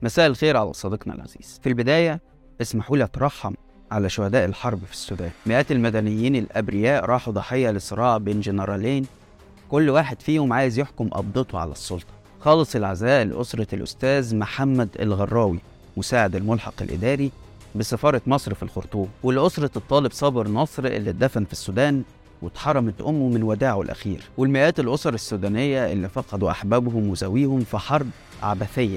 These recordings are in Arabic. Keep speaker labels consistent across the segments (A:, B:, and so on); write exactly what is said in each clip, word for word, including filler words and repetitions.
A: مساء الخير على صديقنا العزيز. في البداية اسمحوا لي أترحم على شهداء الحرب في السودان. مئات المدنيين الأبرياء راحوا ضحية لصراع بين جنرالين، كل واحد فيهم عايز يحكم قبضته على السلطة. خالص العزاء لأسرة الأستاذ محمد الغراوي مساعد الملحق الإداري بسفارة مصر في الخرطوم، ولأسرة الطالب صابر نصر اللي اتدفن في السودان واتحرمت أمه من وداعه الأخير، والمئات الأسر السودانية اللي فقدوا أحبابهم وزويهم في حرب عبثية.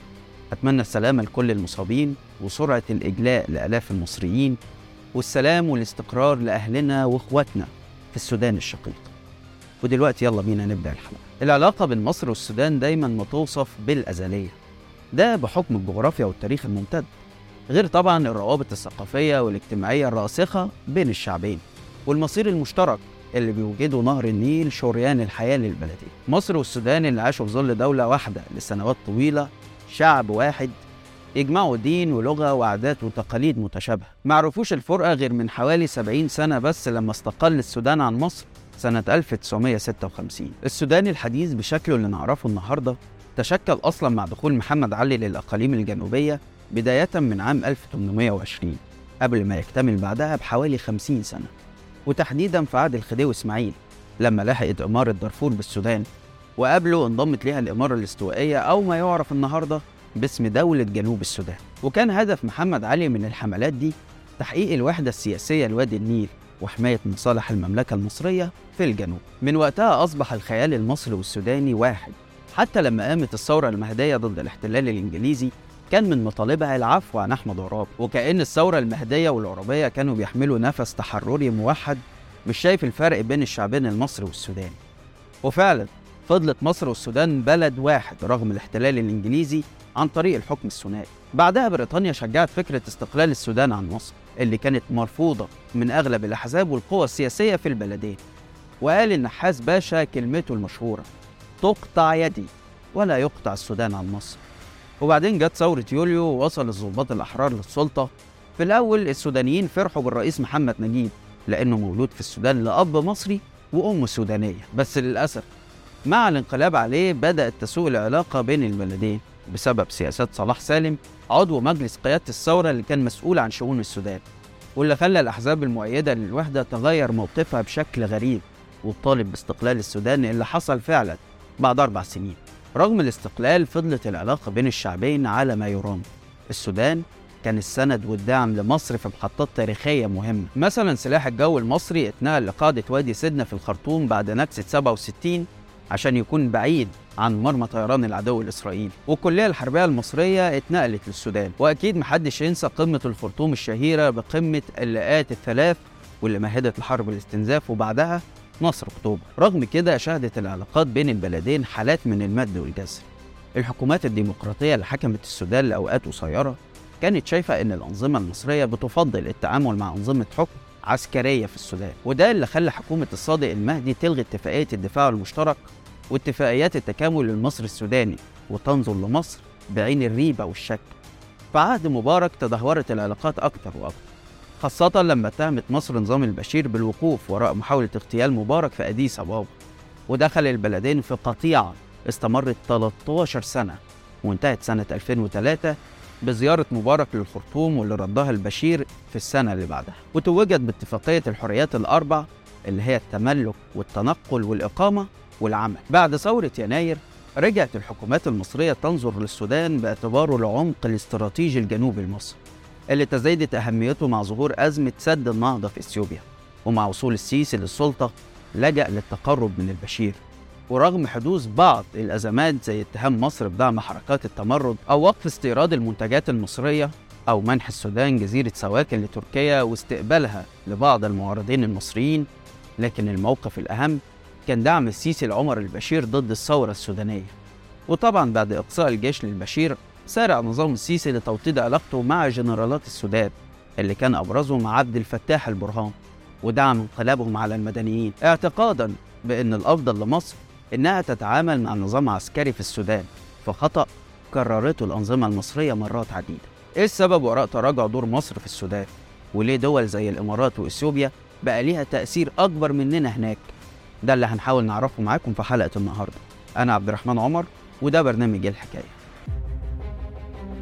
A: أتمنى السلامة لكل المصابين وسرعة الإجلاء لآلاف المصريين، والسلام والاستقرار لأهلنا وإخواتنا في السودان الشقيق. ودلوقتي يلا بينا نبدأ الحلقة. العلاقة بين مصر والسودان دايما ما توصف بالأزلية، ده بحكم الجغرافيا والتاريخ الممتد، غير طبعا الروابط الثقافية والاجتماعية الراسخة بين الشعبين والمصير المشترك اللي بيوجده نهر النيل شريان الحياة للبلدين. مصر والسودان اللي عاشوا في ظل دولة واحدة لسنوات طويلة، شعب واحد يجمعوا دين ولغة وعادات وتقاليد متشابهة، معرفوش الفرقة غير من حوالي سبعين سنة بس لما استقل السودان عن مصر سنة ألف وتسعمائة وستة وخمسين. السودان الحديث بشكله اللي نعرفه النهاردة تشكل أصلا مع دخول محمد علي للأقاليم الجنوبية بداية من عام ألف وثمانمائة وعشرين، قبل ما يكتمل بعدها بحوالي خمسين سنة، وتحديدا في عهد الخديوي إسماعيل لما لحقت إمارة دارفور بالسودان، وقبله انضمت ليها الإمارة الاستوائية أو ما يعرف النهاردة باسم دولة جنوب السودان. وكان هدف محمد علي من الحملات دي تحقيق الوحدة السياسية لوادي النيل وحماية مصالح المملكة المصرية في الجنوب. من وقتها أصبح الخيال المصري والسوداني واحد، حتى لما قامت الثورة المهدية ضد الاحتلال الإنجليزي كان من مطالبها العفو عن أحمد عرابي، وكأن الثورة المهدية والعرابية كانوا بيحملوا نفس تحرري موحد مش شايف الفرق بين الشعبين المصري والسوداني. وفعلا فضلت مصر والسودان بلد واحد رغم الاحتلال الإنجليزي عن طريق الحكم الثنائي. بعدها بريطانيا شجعت فكرة استقلال السودان عن مصر اللي كانت مرفوضة من أغلب الأحزاب والقوى السياسية في البلدين، وقال النحاس باشا كلمته المشهورة: تقطع يدي ولا يقطع السودان عن مصر. وبعدين جت ثورة يوليو ووصل الضباط الأحرار للسلطة. في الأول السودانيين فرحوا بالرئيس محمد نجيب لأنه مولود في السودان لأب مصري وأم سودانية، بس للأسف مع الانقلاب عليه بدأت تسوء العلاقة بين البلدين بسبب سياسات صلاح سالم عضو مجلس قيادة الثورة اللي كان مسؤول عن شؤون السودان، واللي خلى الأحزاب المؤيدة للوحدة تغير موقفها بشكل غريب وتطالب باستقلال السودان اللي حصل فعلا بعد أربع سنين. رغم الاستقلال فضلت العلاقة بين الشعبين على ما يرام. السودان كان السند والدعم لمصر في محطات تاريخية مهمة، مثلا سلاح الجو المصري اتنقل لقاعدة وادي سدنة في الخرطوم بعد نكسة سبعة وستين عشان يكون بعيد عن مرمى طيران العدو الإسرائيلي، والكلية الحربية المصرية اتنقلت للسودان. وأكيد محدش ينسى قمة الخرطوم الشهيرة بقمة اللاءات الثلاث واللي مهدت لحرب الاستنزاف وبعدها نصر أكتوبر. رغم كده شهدت العلاقات بين البلدين حالات من المد والجزر. الحكومات الديمقراطية اللي حكمت السودان لأوقات قصيرة كانت شايفة إن الأنظمة المصرية بتفضل التعامل مع أنظمة حكم عسكرية في السودان، وده اللي خلى حكومة الصادق المهدي تلغي اتفاقية الدفاع المشترك واتفاقيات التكامل المصري السوداني وتنظر لمصر بعين الريبة والشك. في عهد مبارك تدهورت العلاقات أكتر وأكتر، خاصة لما اتهمت مصر نظام البشير بالوقوف وراء محاولة اغتيال مبارك في أديس أبابا، ودخل البلدين في قطيعة استمرت ثلاثة عشر سنة وانتهت سنة ألفين وثلاثة بزيارة مبارك للخرطوم واللي ردها البشير في السنة اللي بعدها، وتوجت باتفاقية الحريات الأربع اللي هي التملك والتنقل والإقامة والعمل. بعد ثورة يناير رجعت الحكومات المصرية تنظر للسودان باعتباره العمق الاستراتيجي الجنوبي لمصر اللي تزايدت أهميته مع ظهور أزمة سد النهضة في إثيوبيا، ومع وصول السيسي للسلطة لجأ للتقرب من البشير. ورغم حدوث بعض الأزمات زي اتهام مصر بدعم حركات التمرد أو وقف استيراد المنتجات المصرية أو منح السودان جزيرة سواكن لتركيا واستقبالها لبعض المعارضين المصريين، لكن الموقف الأهم كان دعم السيسي لعمر البشير ضد الثورة السودانية. وطبعا بعد إقصاء الجيش للبشير سارع نظام السيسي لتوطيد علاقته مع جنرالات السودان اللي كان أبرزهم عبد الفتاح البرهان ودعم انقلابهم على المدنيين، اعتقادا بأن الأفضل لمصر إنها تتعامل مع نظام عسكري في السودان، فخطأ كررته الأنظمة المصرية مرات عديدة. إيه السبب وراء تراجع دور مصر في السودان؟ وليه دول زي الإمارات وإثيوبيا بقى ليها تأثير أكبر مننا هناك؟ ده اللي هنحاول نعرفه معاكم في حلقة النهاردة. أنا عبد الرحمن عمر وده برنامج الحكاية.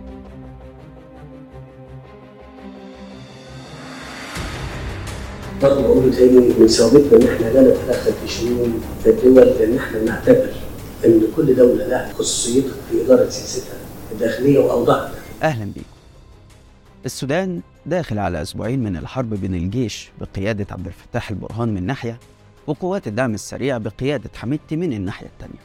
B: برضه بقول تاني من ثوابتنا ان احنا لا نتدخل في شؤون الدول، لان احنا بنعتبر ان كل دوله لها خصوصيتها في اداره سياستها الداخليه واوضاعها.
A: اهلا بيكم. السودان داخل على اسبوعين من الحرب بين الجيش بقياده عبد الفتاح البرهان من ناحيه وقوات الدعم السريع بقياده حميدتي من الناحيه الثانيه.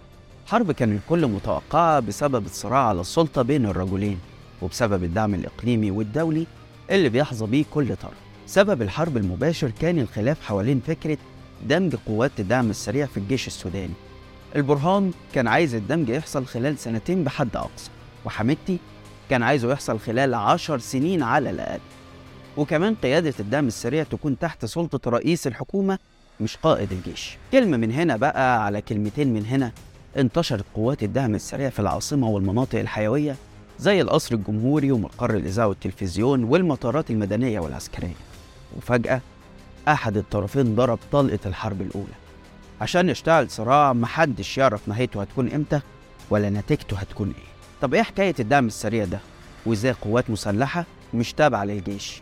A: حرب كان الكل متوقعه بسبب الصراع على السلطه بين الرجلين وبسبب الدعم الاقليمي والدولي اللي بيحظى بيه كل طرف. سبب الحرب المباشر كان الخلاف حوالين فكره دمج قوات الدعم السريع في الجيش السوداني. البرهان كان عايز الدمج يحصل خلال سنتين بحد اقصى، وحميدتي كان عايزه يحصل خلال عشر سنين على الأقل، وكمان قيادة الدعم السريع تكون تحت سلطة رئيس الحكومة مش قائد الجيش. كلمة من هنا بقى على كلمتين من هنا، انتشرت قوات الدعم السريع في العاصمة والمناطق الحيوية زي القصر الجمهوري ومقر الإذاعة والتلفزيون والمطارات المدنية والعسكرية. وفجأة أحد الطرفين ضرب طلقة الحرب الأولى عشان يشتعل صراع محدش يعرف نهايته هتكون إمتى ولا نتيجته هتكون إيه. طب ايه حكاية الدعم السريع ده؟ وازاي قوات مسلحة مش تابعة للجيش؟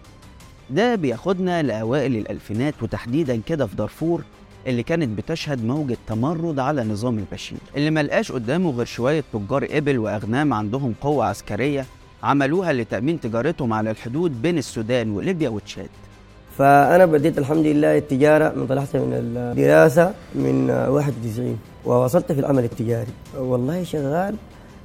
A: ده بياخدنا لأوائل الألفينات وتحديدا كده في دارفور اللي كانت بتشهد موجة تمرد على نظام البشير، اللي ملقاش قدامه غير شوية تجار إبل وأغنام عندهم قوة عسكرية عملوها لتأمين تجارتهم على الحدود بين السودان وليبيا وتشاد.
C: فأنا بديت الحمد لله التجارة من طلعت من الدراسة من واحد وتسعين ووصلت في العمل التجاري. والله شغال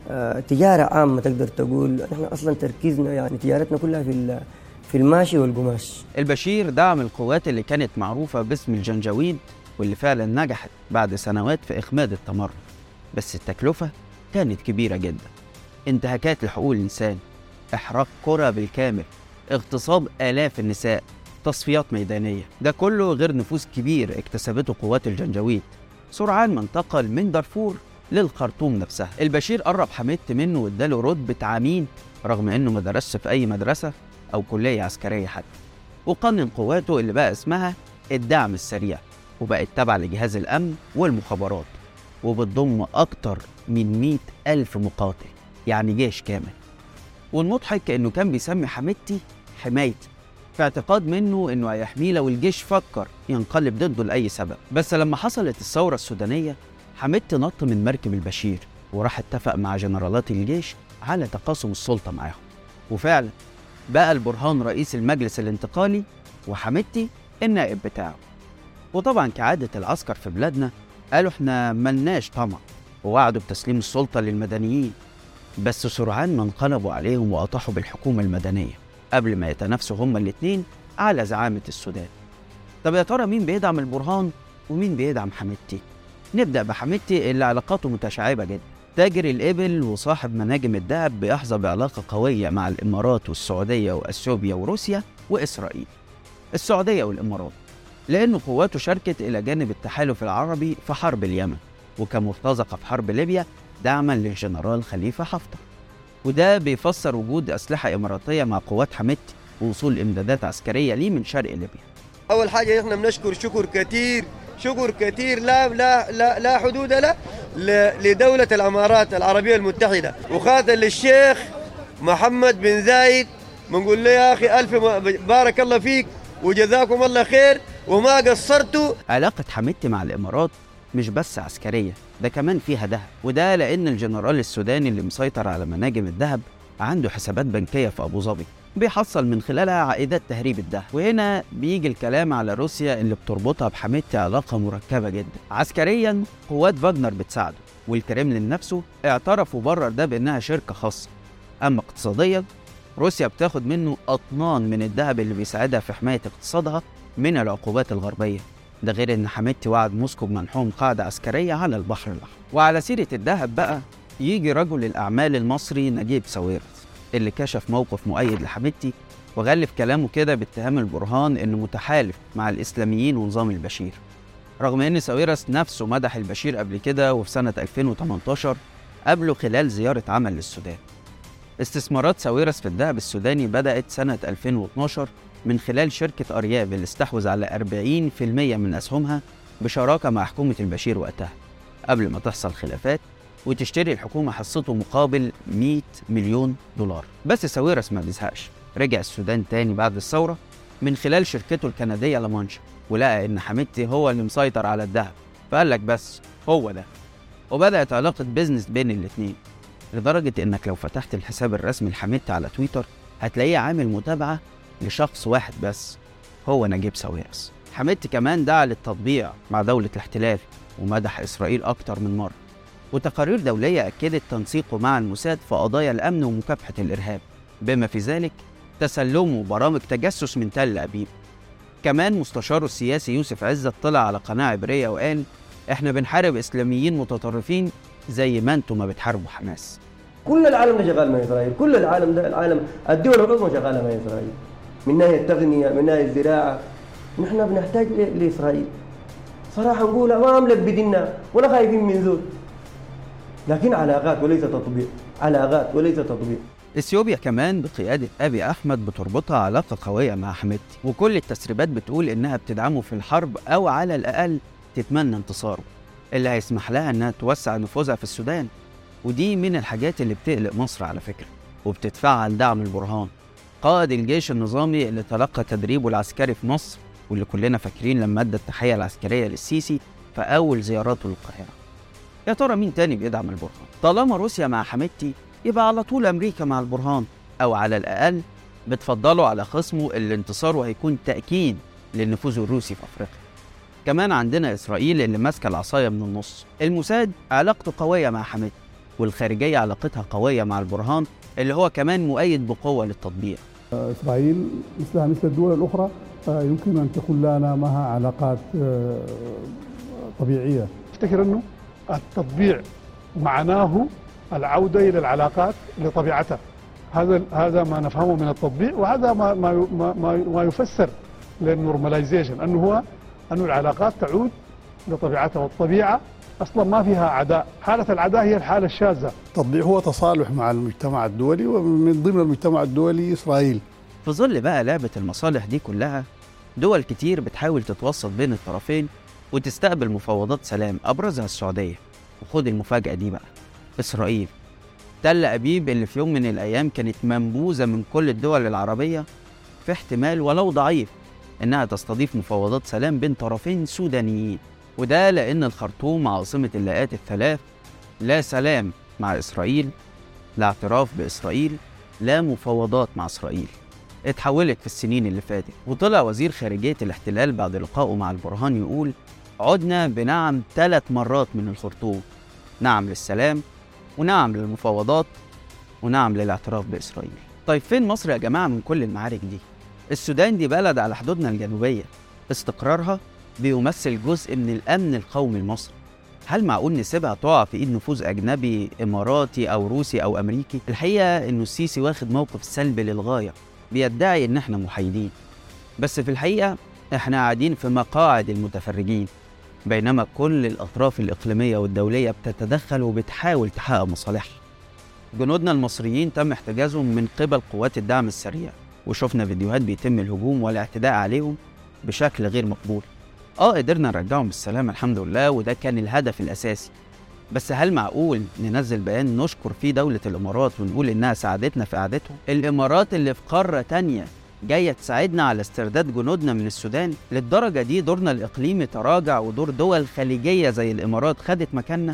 C: تجارة عامة تقدر تقول. نحن أصلا تركيزنا يعني تجارتنا كلها في في الماشي والقماش.
A: البشير دعم القوات اللي كانت معروفة باسم الجنجويد واللي فعلا نجحت بعد سنوات في إخماد التمرد، بس التكلفة كانت كبيرة جدا. انتهاكات لحقوق الإنسان، إحراق قرى بالكامل، اغتصاب آلاف النساء، تصفيات ميدانية، ده كله غير نفوذ كبير اكتسبته قوات الجنجويد. سرعان ما انتقل من دارفور للخرطوم نفسها. البشير قرب حميدتي منه واداله رتبة عميد رغم انه ما درسش في اي مدرسة او كلية عسكرية حتى، وقنن قواته اللي بقى اسمها الدعم السريع وبقت تابعة لجهاز الامن والمخابرات، وبتضم اكتر من مئة الف مقاتل، يعني جيش كامل. والمضحك انه كان بيسمي حميدتي حمايتي في اعتقاد منه انه هيحميه لو الجيش فكر ينقلب ضده لاي سبب. بس لما حصلت الثورة السودانية حميدتي نط من مركب البشير وراح اتفق مع جنرالات الجيش على تقاسم السلطة معاهم، وفعلا بقى البرهان رئيس المجلس الانتقالي وحميدتي النائب بتاعه. وطبعا كعادة العسكر في بلادنا قالوا احنا ملناش طمع ووعدوا بتسليم السلطة للمدنيين، بس سرعان ما انقلبوا عليهم وأطاحوا بالحكومة المدنية قبل ما يتنافسوا هما الاتنين على زعامة السودان. طب يا ترى مين بيدعم البرهان ومين بيدعم حميدتي؟ نبدأ بحميدتي اللي علاقاته متشعبة جدا. تاجر الإبل وصاحب مناجم الذهب بيحظى بعلاقة قوية مع الإمارات والسعودية وأثيوبيا وروسيا وإسرائيل. السعودية والإمارات لأن قواته شاركت إلى جانب التحالف العربي في حرب اليمن، وكمرتزقة في حرب ليبيا دعما للجنرال خليفة حفتر. وده بيفسر وجود أسلحة إماراتية مع قوات حميدتي ووصول إمدادات عسكرية ليه من شرق ليبيا.
D: أول حاجة إحنا بنشكر شكر كتير شكر كثير لا لا لا لا حدود له لدولة الإمارات العربية المتحدة، وخاصة للشيخ محمد بن زايد. بنقول له يا أخي ألف بارك الله فيك وجزاكم الله خير وما قصرتوا.
A: علاقة حميدتي مع الإمارات مش بس عسكرية، ده كمان فيها ذهب، وده لأن الجنرال السوداني اللي مسيطر على مناجم الذهب عنده حسابات بنكية في أبو ظبي بيحصل من خلالها عائدات تهريب الذهب. وهنا بيجي الكلام على روسيا اللي بتربطها بحميدتي علاقة مركبة جدا. عسكريا قوات فاغنر بتساعده، والكريملين نفسه اعترف وبرر ده بأنها شركة خاصة. أما اقتصاديا روسيا بتاخد منه أطنان من الذهب اللي بيساعدها في حماية اقتصادها من العقوبات الغربية. ده غير ان حميدتي وعد موسكو بمنحهم قاعدة عسكرية على البحر الأحمر. وعلى سيرة الذهب بقى يجي رجل الأعمال المصري نجيب ساويرس اللي كشف موقف مؤيد لحميدتي وغلف كلامه كده باتهام البرهان انه متحالف مع الإسلاميين ونظام البشير، رغم ان ساويرس نفسه مدح البشير قبل كده وفي سنة ألفين وثمانية عشر قبله خلال زيارة عمل للسودان. استثمارات ساويرس في الذهب السوداني بدأت سنة ألفين واثني عشر من خلال شركة أرياب اللي استحوذ على أربعين بالمئة من أسهمها بشراكة مع حكومة البشير وقتها قبل ما تحصل خلافات وتشتري الحكومة حصته مقابل مئة مليون دولار. بس ساويرس ما بيزهقش، رجع السودان تاني بعد الثورة من خلال شركته الكندية لامانشا، ولقى إن حميدتي هو اللي مسيطر على الذهب، فقال لك بس هو ده، وبدأت علاقة بيزنس بين الاتنين، لدرجة إنك لو فتحت الحساب الرسمي لحميدتي على تويتر هتلاقيه عامل متابعة لشخص واحد بس، هو نجيب ساويرس. حميدتي كمان دعا للتطبيع مع دولة الاحتلال ومدح إسرائيل أكتر من مرة، وتقارير دولية أكدت تنسيقه مع الموساد في قضايا الأمن ومكافحة الإرهاب، بما في ذلك تسلمه برامج تجسس من تل أبيب. كمان مستشاره السياسي يوسف عزت طلع على قناة عبرية وقال إحنا بنحارب إسلاميين متطرفين زي ما أنتم ما بتحاربوا حماس.
C: كل العالم ده شغال مع إسرائيل، كل العالم ده العالم الدول العظمى شغالة مع إسرائيل، من ناحية التغنية، من ناحية الزراعة. نحن بنحتاج لإسرائيل صراحة، نقول ما ملبدنا ولا خايفين من ذول، لكن علاقات وليس تطبيع، علاقات وليس تطبيع.
A: اثيوبيا كمان بقيادة أبي أحمد بتربطها علاقة قوية مع حميدتي، وكل التسريبات بتقول إنها بتدعمه في الحرب أو على الأقل تتمنى انتصاره، اللي هيسمح لها إنها توسع نفوذها في السودان. ودي من الحاجات اللي بتقلق مصر على فكرة، وبتتفعل دعم البرهان، قائد الجيش النظامي اللي تلقى تدريبه العسكري في مصر، واللي كلنا فاكرين لما ادى التحية العسكرية للسيسي في أول زياراته للقاهرة. يا ترى مين تاني بيدعم البرهان؟ طالما روسيا مع حميدتي يبقى على طول أمريكا مع البرهان، أو على الأقل بتفضله على خصمه اللي انتصاره هيكون تأكيد للنفوذ الروسي في أفريقيا. كمان عندنا إسرائيل اللي ماسكة العصاية من النص، الموساد علاقته قوية مع حميدتي، والخارجية علاقتها قوية مع البرهان اللي هو كمان مؤيد بقوة للتطبيع.
E: إسرائيل مثلها مثل الدول الأخرى يمكن أن تكون لنا معها علاقات طبيعية.
F: أفتكر أنه التطبيع معناه العودة إلى العلاقات لطبيعتها، هذا هذا ما نفهمه من التطبيع، وهذا ما ما ما, ما يفسر للنورماليزيشن، أنه هو أنه العلاقات تعود لطبيعتها، والطبيعة أصلا ما فيها عداء، حالة العداء هي الحالة الشاذة.
E: التطبيع هو تصالح مع المجتمع الدولي، ومن ضمن المجتمع الدولي إسرائيل.
A: في ظل بقى لعبة المصالح دي كلها، دول كتير بتحاول تتوسط بين الطرفين وتستقبل مفاوضات سلام، أبرزها السعودية. وخد المفاجأة دي بقى، إسرائيل. تل أبيب اللي في يوم من الأيام كانت منبوذة من كل الدول العربية في احتمال ولو ضعيف إنها تستضيف مفاوضات سلام بين طرفين سودانيين، وده لأن الخرطوم عاصمة اللاءات الثلاث، لا سلام مع إسرائيل، لا اعتراف بإسرائيل، لا مفاوضات مع إسرائيل. اتحولت في السنين اللي فاتت، وطلع وزير خارجية الاحتلال بعد لقائه مع البرهان يقول عدنا بنعم ثلاث مرات من الخرطوم، نعم للسلام، ونعم للمفاوضات، ونعم للاعتراف بإسرائيل. طيب فين مصر يا جماعة من كل المعارك دي؟ السودان دي بلد على حدودنا الجنوبية، استقرارها بيمثل جزء من الأمن القومي المصري. هل معقول نسيبها تقع في ايد نفوذ أجنبي إماراتي أو روسي أو أمريكي؟ الحقيقة إنه السيسي واخد موقف سلبي للغاية، بيدعي إن إحنا محايدين، بس في الحقيقة إحنا قاعدين في مقاعد المتفرجين، بينما كل الأطراف الإقليمية والدولية بتتدخل وبتحاول تحقق مصالحها. جنودنا المصريين تم احتجازهم من قبل قوات الدعم السريع، وشفنا فيديوهات بيتم الهجوم والاعتداء عليهم بشكل غير مقبول. آه قدرنا نرجعهم بالسلامة الحمد لله، وده كان الهدف الأساسي. بس هل معقول ننزل بيان نشكر فيه دولة الإمارات ونقول إنها ساعدتنا في إعادتهم؟ الإمارات اللي في قارة تانية جاية تساعدنا على استرداد جنودنا من السودان؟ للدرجة دي دورنا الإقليمي تراجع، ودور دول خليجية زي الإمارات خدت مكاننا؟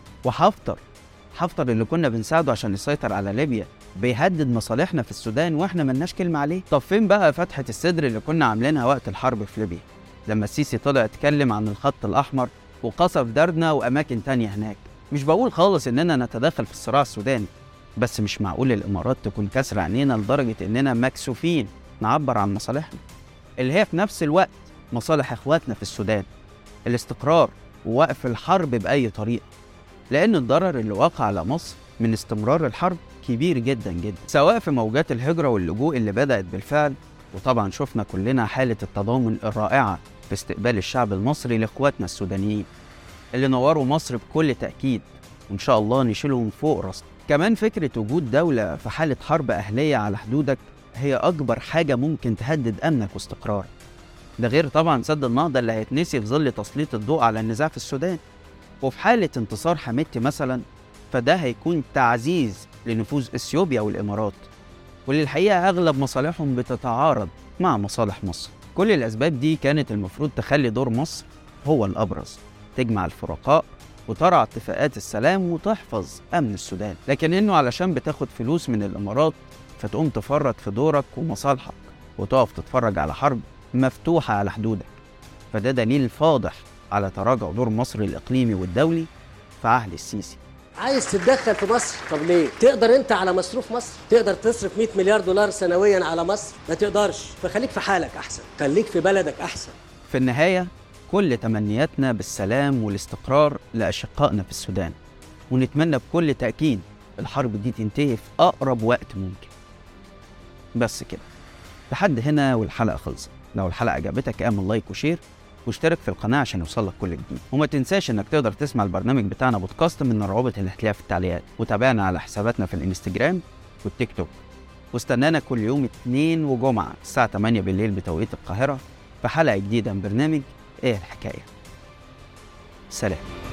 A: وحفتر حفتر اللي كنا بنساعده عشان يسيطر على ليبيا بيهدد مصالحنا في السودان وإحنا ملناش كلمة عليه؟ طب فين بقى فتحة الصدر اللي كنا عاملينها وقت الحرب في ليبيا، لما السيسي طلع اتكلم عن الخط الأحمر وقصف دارنا وأماكن تانية هناك؟ مش بقول خالص إننا نتدخل في الصراع السوداني، بس مش معقول الإمارات تكون كسر عينينا لدرجة إننا مكسوفين نعبر عن مصالحنا، اللي هي في نفس الوقت مصالح إخواتنا في السودان، الاستقرار ووقف الحرب بأي طريقة، لأن الضرر اللي واقع على مصر من استمرار الحرب كبير جدا جدا، سواء في موجات الهجرة واللجوء اللي بدأت بالفعل، وطبعا شفنا كلنا حالة التضامن الرائعة في استقبال الشعب المصري لإخواتنا السودانيين اللي نوروا مصر بكل تأكيد، وإن شاء الله نشيلهم فوق راسنا. كمان فكرة وجود دولة في حالة حرب أهلية على حدودك هي أكبر حاجة ممكن تهدد أمنك واستقرارك، ده غير طبعا سد النهضة اللي هيتنسي في ظل تسليط الضوء على النزاع في السودان. وفي حالة انتصار حميدتي مثلا، فده هيكون تعزيز لنفوذ إثيوبيا والإمارات، واللي الحقيقة أغلب مصالحهم بتتعارض مع مصالح مصر. كل الأسباب دي كانت المفروض تخلي دور مصر هو الأبرز، تجمع الفرقاء وترعى اتفاقات السلام وتحفظ أمن السودان، لكن إنه علشان بتاخد فلوس من الإمارات فتقوم تفرط في دورك ومصالحك وتقف تتفرج على حرب مفتوحة على حدودك. فده دليل فاضح على تراجع دور مصر الإقليمي والدولي في عهد السيسي.
B: عايز تتدخل في مصر؟ طب ليه؟ تقدر انت على مصروف مصر؟ تقدر تصرف مئة مليار دولار سنويا على مصر؟ ما تقدرش، فخليك في حالك احسن، خليك في بلدك احسن.
A: في النهاية كل تمنياتنا بالسلام والاستقرار لأشقائنا في السودان، ونتمنى بكل تأكيد الحرب دي تنتهي في أقرب وقت ممكن. بس كده، لحد هنا والحلقة خلصت. لو الحلقة عجبتك اعمل لايك وشير واشترك في القناة عشان يوصلك كل جديد، وما تنساش انك تقدر تسمع البرنامج بتاعنا بودكاست من الروابط اللي هتلاقيها في التعليقات، وتابعنا على حساباتنا في الانستجرام والتيك توك، واستنانا كل يوم اثنين وجمعة الساعة ثمانية بالليل بتوقيت القاهرة في حلقة جديدة من برنامج ايه الحكاية. سلام.